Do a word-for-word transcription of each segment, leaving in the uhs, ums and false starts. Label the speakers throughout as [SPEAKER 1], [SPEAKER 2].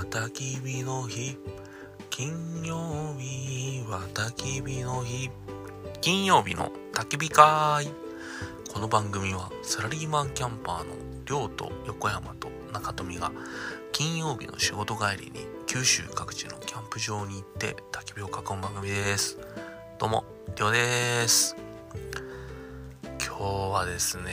[SPEAKER 1] 焚き火の日、金曜日は焚き火の日、金曜日の焚き火会。この番組はサラリーマンキャンパーのりょうと横山と中富が金曜日の仕事帰りに九州各地のキャンプ場に行って焚き火を囲む番組です。どうもりょうです。今日はですね、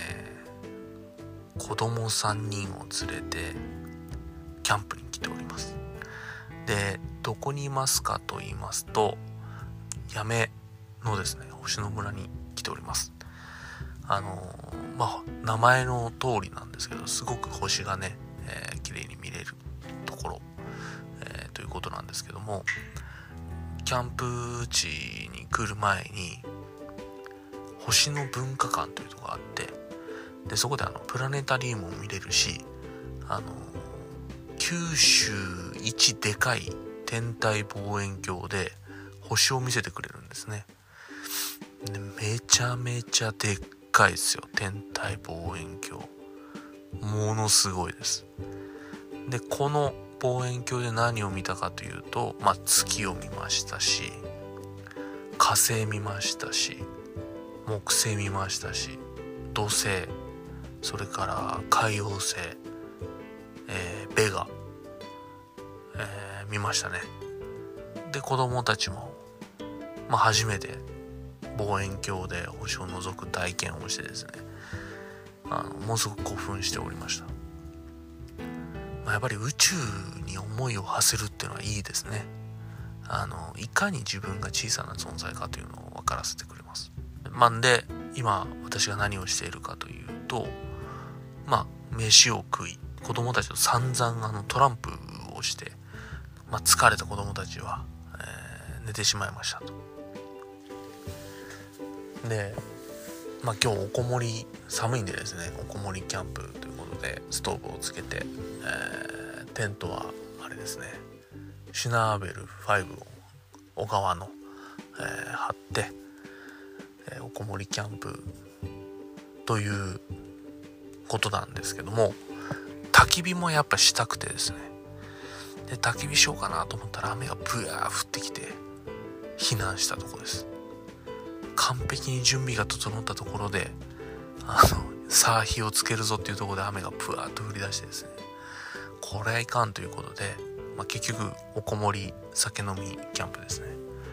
[SPEAKER 1] 子供さんにんを連れてキャンプに来ております。で、どこにいますかと言いますと、八女のですね、星野村に来ております。あのー、まあ名前の通りなんですけど、すごく星がね、えー、綺麗に見れるところ、えー、ということなんですけども、キャンプ地に来る前に星の文化館というところがあって、でそこであのプラネタリウムを見れるし、あの九州一でかい天体望遠鏡で星を見せてくれるんですね。でめちゃめちゃでっかいですよ、天体望遠鏡。ものすごいです。でこの望遠鏡で何を見たかというと、まあ月を見ましたし、火星見ましたし、木星見ましたし、土星、それから海王星、えー、ベガ、えー、見ましたね。で子供たちも、まあ、初めて望遠鏡で星を覗く体験をしてですね、あのものすごく興奮しておりました。まあ、やっぱり宇宙に思いを馳せるっていうのはいいですね。あのいかに自分が小さな存在かというのを分からせてくれます。まあ、で今私が何をしているかというと、まあ飯を食い、子供たちと散々あのトランプをして、まあ、疲れた子供たちは、えー、寝てしまいましたと。で、まあ、今日おこもり、寒いんでですね、おこもりキャンプということでストーブをつけて、えー、テントはあれですね、シュナーベルファイブを小川の、えー、張って、えー、おこもりキャンプということなんですけども、焚き火もやっぱしたくてですね、で焚き火しようかなと思ったら雨がブワー降ってきて避難したところです。完璧に準備が整ったところで、あのさあ火をつけるぞっていうところで雨がブワーッと降り出してですね、これはいかんということで、まあ、結局おこもり酒飲みキャンプですね。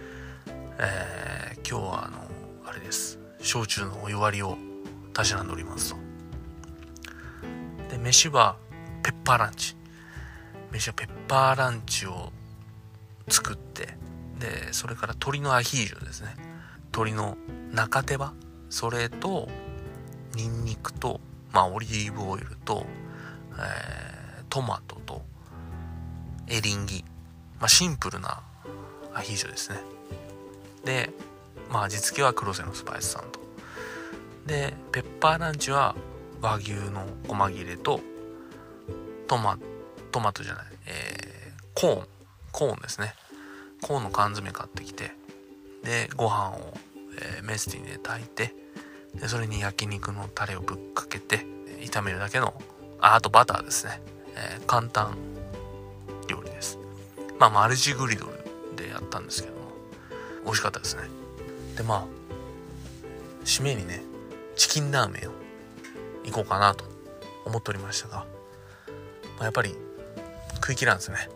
[SPEAKER 1] えー、今日はあのあれです、焼酎のお湯割りをたしなんでおりますと。で飯はペッパーランチ飯はペッパーランチを作って、でそれから鶏のアヒージョですね、鶏の中手羽、それとニンニクと、まあ、オリーブオイルと、えー、トマトとエリンギ、まあ、シンプルなアヒージョですね。で、まあ、味付けは黒瀬のスパイスさんと。でペッパーランチは和牛の細切れとトマトマトじゃない、えー、コーンコーンですね。コーンの缶詰買ってきて、でご飯を、えー、メスティンで炊いて、でそれに焼肉のタレをぶっかけて炒めるだけの、あ, あとバターですね、えー、簡単料理です。まあマルチグリドルでやったんですけども美味しかったですね。でまあ締めにね、チキンラーメンを行こうかなと思っておりましたが、まあ、やっぱり食い切らんですね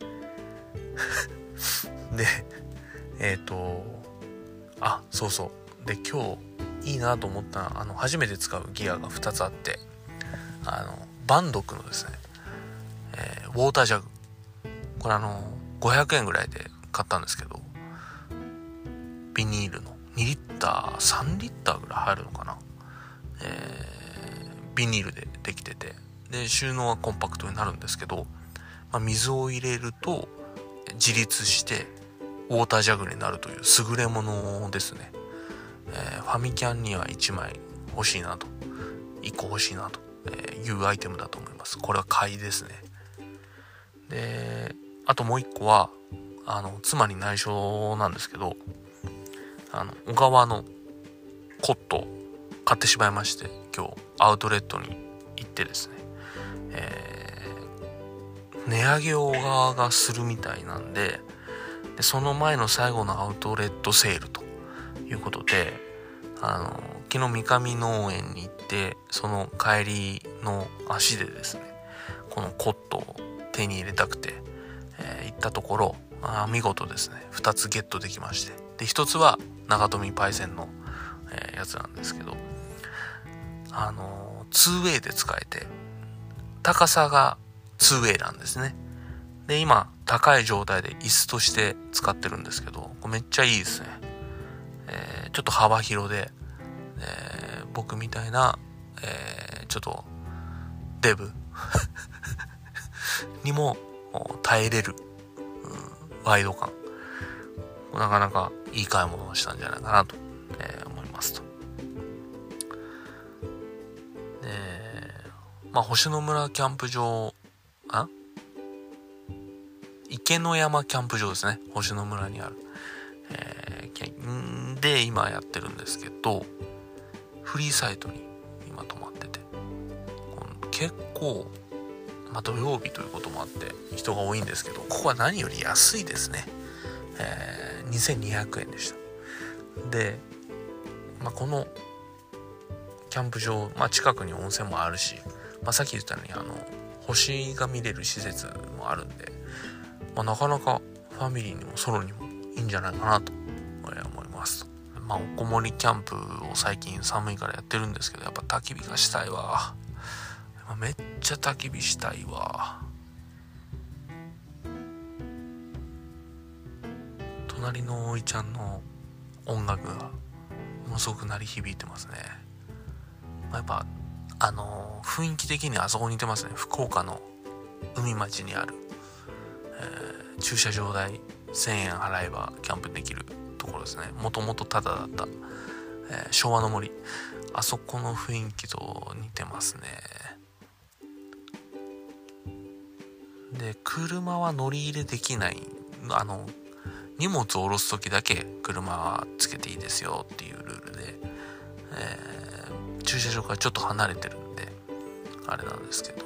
[SPEAKER 1] でえっ、ー、とあそうそうで今日いいなと思ったあの初めて使うギアがふたつあって、あのバンドックのですね、えー、ウォータージャグ、これあのごひゃくえんぐらいで買ったんですけど、ビニールのにリッターさんリッターぐらい入るのかな、えー、ビニールでできてて、で収納はコンパクトになるんですけど、まあ、水を入れると自立してウォータージャグになるという優れものですね。えー、ファミキャンにはいちまい欲しいなと、いっこ欲しいなというアイテムだと思います。これは買いですね。であともういっこはあの妻に内緒なんですけど、あの小川のコットを買ってしまいまして、今日アウトレットに行ってですね、えー、 値上げを側がするみたいなんで、でその前の最後のアウトレットセールということで、あの昨日三上農園に行って、その帰りの足でですね、このコットを手に入れたくて、えー、行ったところ、あ見事ですねふたつゲットできまして、でひとつは長富パイセンの、えー、やつなんですけど、あのー、ツーウェイで使えて、高さがツーウェイなんですね。で今高い状態で椅子として使ってるんですけど、これめっちゃいいですね。えー、ちょっと幅広で、えー、僕みたいな、えー、ちょっとデブにも耐えれる、うん、ワイド感、なかなかいい買い物をしたんじゃないかなと、えー、思いますと。で、まあ星野村キャンプ場、あ池の山キャンプ場ですね、星野村にある、えー、で今やってるんですけど、フリーサイトに今泊まってて、結構、まあ、土曜日ということもあって人が多いんですけど、ここは何より安いですね。えー、にせんにひゃくえんでした。で、まあ、このキャンプ場、まあ、近くに温泉もあるし、まあ、さっき言ったようにあの星が見れる施設もあるんで、まあ、なかなかファミリーにもソロにもいいんじゃないかなと思いますと。まあ、おこもりキャンプを最近寒いからやってるんですけど、やっぱ焚き火がしたいわ。めっちゃ焚き火したいわ。隣のおいちゃんの音楽がものすごく鳴り響いてますね。まあ、やっぱあのー、雰囲気的にあそこに似てますね。福岡の海町にある、えー、駐車場代せんえん払えばキャンプできるところですね。もともとタダだった、えー、昭和の森、あそこの雰囲気と似てますね。で、車は乗り入れできない、あの荷物を下ろす時だけ車はつけていいですよっていうルールで、えー、駐車場からちょっと離れてるんであれなんですけど、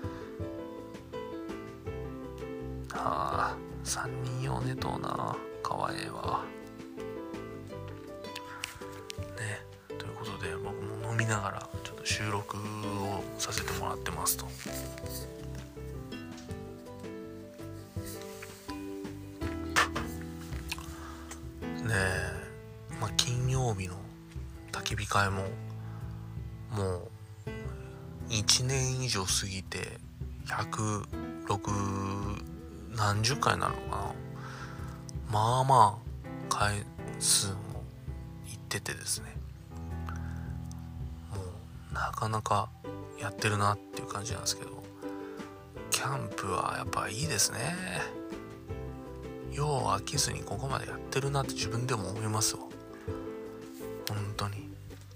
[SPEAKER 1] あーさんにん用寝とうな、かわええわね。ということで僕も飲みながらちょっと収録をさせてもらってますと。で、まあ、金曜日の焚き火会ももういちねん以上過ぎてひゃくろく何十回になるのかな。まあまあ回数もいっててですね、もうなかなかやってるなっていう感じなんですけど、キャンプはやっぱいいですね。よう飽きずにここまでやってるなって自分でも思いますよ。本当に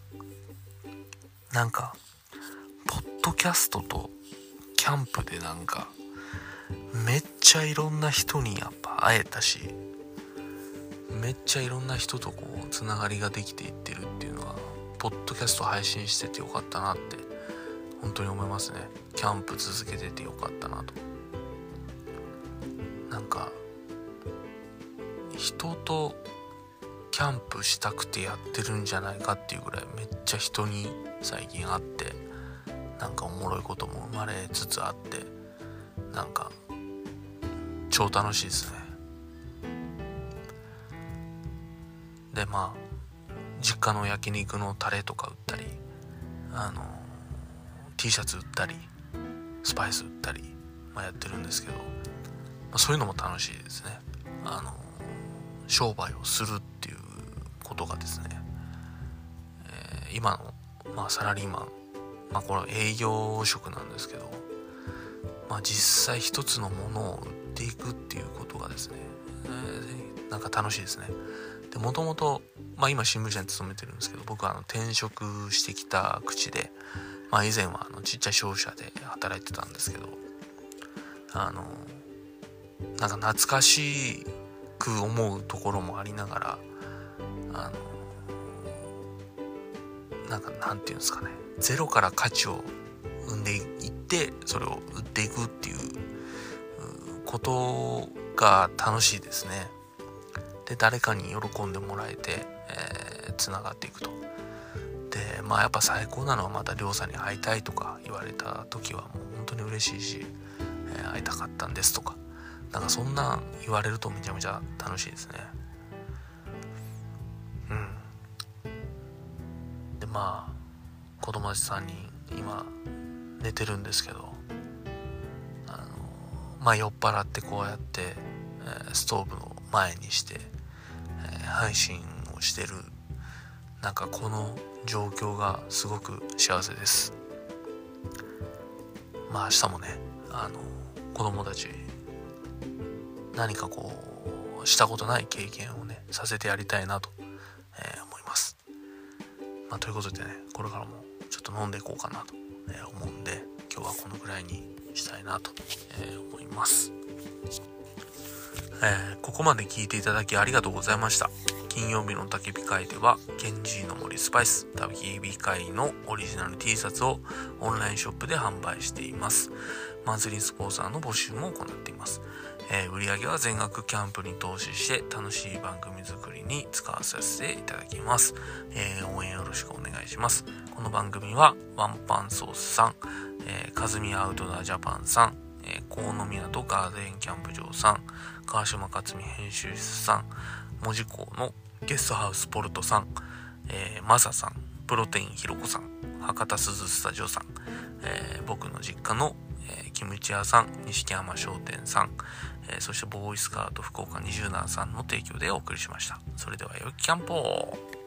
[SPEAKER 1] なんかポッドキャストとキャンプでなんかめっちゃいろんな人にやっぱ会えたし、めっちゃいろんな人とこうつながりができていってるっていうのは、ポッドキャスト配信しててよかったなって本当に思いますね。キャンプ続けててよかったなと。なんか人とキャンプしたくてやってるんじゃないかっていうぐらいめっちゃ人に最近会って、なんかおもろいことも生まれつつあって、なんか超楽しいですね。で、まあ実家の焼肉のタレとか売ったり、あの T シャツ売ったりスパイス売ったり、まあ、やってるんですけど、まあ、そういうのも楽しいですね。あの商売をするっていうことがですね、えー、今の、まあ、サラリーマン、まあ、これ営業職なんですけど、まあ、実際一つのものを売っていくっていうことがですね、えー、なんか楽しいですね。で、もともと、まあ、今新聞社に勤めてるんですけど、僕はあの転職してきた口で、まあ、以前はあのちっちゃい商社で働いてたんですけど、あのなんか懐かしく思うところもありながら、あのなんかなんていうんですかね、ゼロから価値を生んでいってそれを売っていくっていうことが楽しいですね。で誰かに喜んでもらえて、えー、つながっていくと。でまあやっぱ最高なのはまたりょうさんに会いたいとか言われた時はもう本当に嬉しいし、えー、会いたかったんですとかなんかそんな言われるとめちゃめちゃ楽しいですね。うんでまあ子供たちさんにん今寝てるんですけど、あのまあ酔っ払ってこうやって、えー、ストーブの前にして、えー、配信をしてるなんかこの状況がすごく幸せです。まあ明日もねあの子供たち何かこうしたことない経験をねさせてやりたいなと、えー、思います。まあ、ということでねこれからもちょっと飲んでいこうかなと、えー、思うんで今日はこのぐらいにしたいなと、えー、思います。えー、ここまで聞いていただきありがとうございました。金曜日の焚き火会ではケンジーの森スパイス焚き火会のオリジナル T シャツをオンラインショップで販売しています。マンスリースポンサーの募集も行っています。えー、売上は全額キャンプに投資して楽しい番組作りに使わさせていただきます。えー、応援よろしくお願いします。この番組はワンパンソースさん、えー、カズミアウトドアジャパンさん、えー、河野港ガーデンキャンプ場さん、川島克美編集室さん、門司港のゲストハウスポルトさん、えー、マサさん、プロテインひろこさん、博多鈴スタジオさん、えー、僕の実家の、えー、キムチ屋さん、錦浜商店さん、えー、そしてボーイスカート福岡にじゅうななさんの提供でお送りしました。それでは良いキャンプを。